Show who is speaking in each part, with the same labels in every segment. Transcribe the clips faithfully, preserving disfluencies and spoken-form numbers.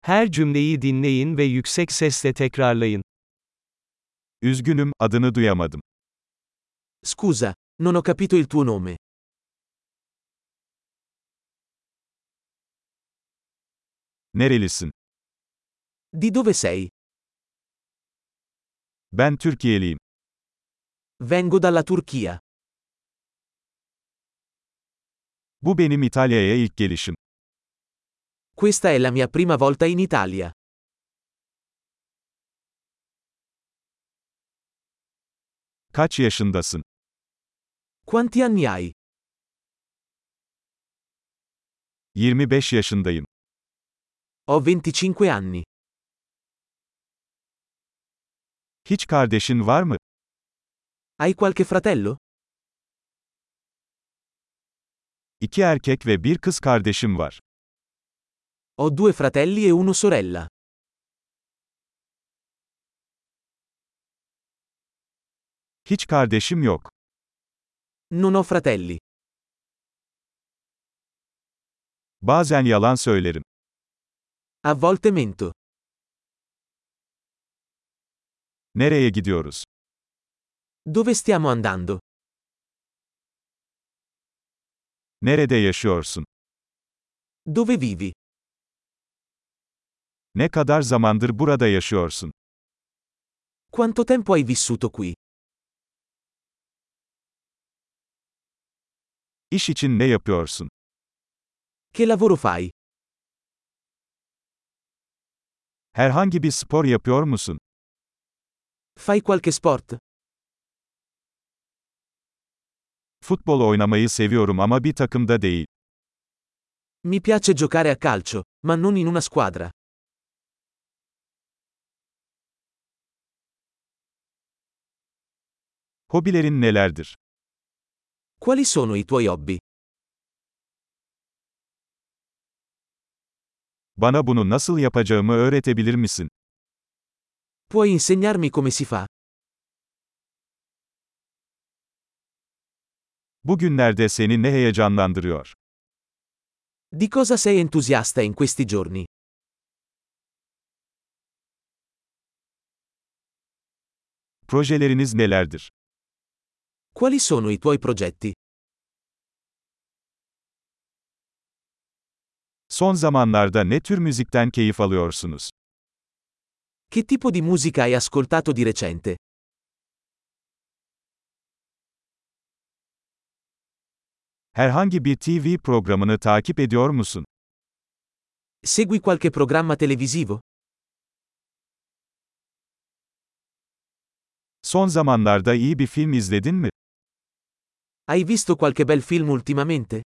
Speaker 1: Her cümleyi dinleyin ve yüksek sesle tekrarlayın.
Speaker 2: Üzgünüm, adını duyamadım.
Speaker 3: Scusa, non ho capito il tuo nome.
Speaker 2: Nerelisin?
Speaker 3: Di dove sei?
Speaker 2: Ben Türkiye'liyim.
Speaker 3: Vengo dalla Turchia.
Speaker 2: Bu benim İtalya'ya ilk gelişim.
Speaker 3: Questa è la mia prima volta in Italia.
Speaker 2: Kaç yaşındasın?
Speaker 3: Quanti anni hai?
Speaker 2: yirmi beş yaşındayım.
Speaker 3: Ho venticinque anni.
Speaker 2: Hiç kardeşin var mı?
Speaker 3: Hai qualche fratello?
Speaker 2: İki erkek ve bir kız kardeşim var.
Speaker 3: Ho due fratelli e una sorella.
Speaker 2: Hiç kardeşim yok.
Speaker 3: Non ho fratelli.
Speaker 2: Bazen yalan söylerim.
Speaker 3: A volte mento.
Speaker 2: Nereye gidiyoruz?
Speaker 3: Dove stiamo andando?
Speaker 2: Nerede yaşıyorsun?
Speaker 3: Dove vivi?
Speaker 2: Ne kadar zamandır burada yaşıyorsun?
Speaker 3: Quanto tempo hai vissuto qui?
Speaker 2: İş için ne yapıyorsun?
Speaker 3: Che lavoro fai?
Speaker 2: Herhangi bir spor yapıyor musun?
Speaker 3: Fai qualche sport?
Speaker 2: Futbol oynamayı seviyorum ama bir takımda değil.
Speaker 3: Mi piace giocare a calcio, ma non in una squadra.
Speaker 2: Hobilerin nelerdir?
Speaker 3: Quali sono i tuoi hobby?
Speaker 2: Bana bunu nasıl yapacağımı öğretebilir misin?
Speaker 3: Puoi insegnarmi come si fa?
Speaker 2: Bugünlerde seni ne heyecanlandırıyor?
Speaker 3: Di cosa sei entusiasta in questi giorni?
Speaker 2: Projeleriniz nelerdir?
Speaker 3: Quali sono i tuoi progetti?
Speaker 2: Son zamanlarda ne tür müzikten keyif alıyorsunuz?
Speaker 3: Che tipo di musica hai ascoltato di recente?
Speaker 2: Herhangi bir T V programını takip ediyor musun?
Speaker 3: Segui qualche programma televisivo?
Speaker 2: Son zamanlarda iyi bir film izledin mi?
Speaker 3: Hai visto qualche bel film ultimamente?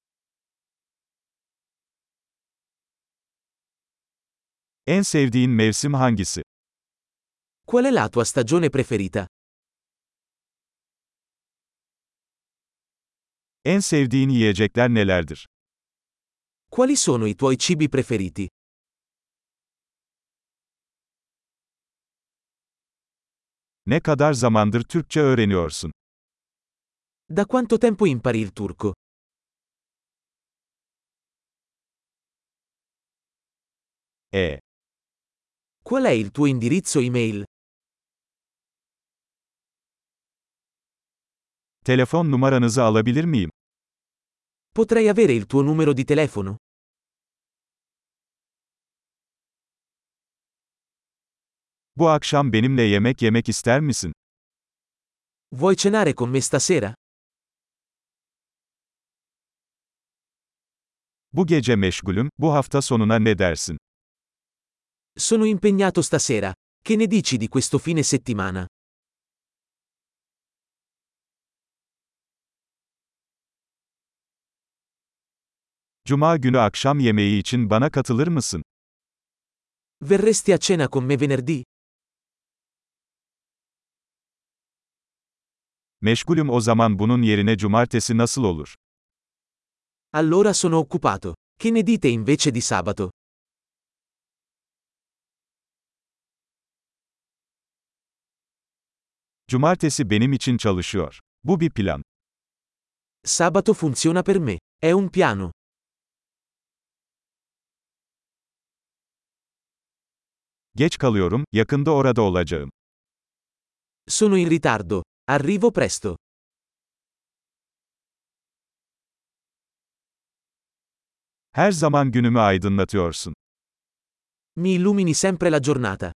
Speaker 2: En sevdiğin mevsim hangisi?
Speaker 3: Qual è la tua stagione preferita?
Speaker 2: En sevdiğin yiyecekler nelerdir?
Speaker 3: Quali sono i tuoi cibi preferiti?
Speaker 2: Ne kadar zamandır Türkçe öğreniyorsun?
Speaker 3: Da quanto tempo impari il turco?
Speaker 2: E.
Speaker 3: Qual è il tuo indirizzo email?
Speaker 2: Telefon numaranızı alabilir miyim?
Speaker 3: Potrei avere il tuo numero di telefono?
Speaker 2: Bu akşam benimle yemek yemek ister misin?
Speaker 3: Vuoi cenare con me stasera?
Speaker 2: Bu gece meşgulüm, bu hafta sonuna ne dersin?
Speaker 3: Sono impegnato stasera. Che ne dici di questo fine settimana?
Speaker 2: Cuma günü akşam yemeği için bana katılır mısın?
Speaker 3: Verresti a cena con me venerdì?
Speaker 2: Meşgulüm o zaman bunun yerine cumartesi nasıl olur?
Speaker 3: Allora sono occupato. Che ne dite invece di sabato?
Speaker 2: Cumartesi benim için çalışıyor. Bu bir plan.
Speaker 3: Sabato funziona per me. È un piano.
Speaker 2: Geç kalıyorum, yakında orada olacağım.
Speaker 3: Sono in ritardo. Arrivo presto.
Speaker 2: Her zaman günümü aydınlatıyorsun.
Speaker 3: Mi illumini sempre la giornata.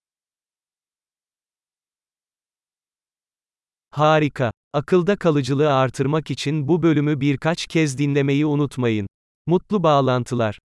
Speaker 1: Harika. Akılda kalıcılığı artırmak için bu bölümü birkaç kez dinlemeyi unutmayın. Mutlu bağlantılar.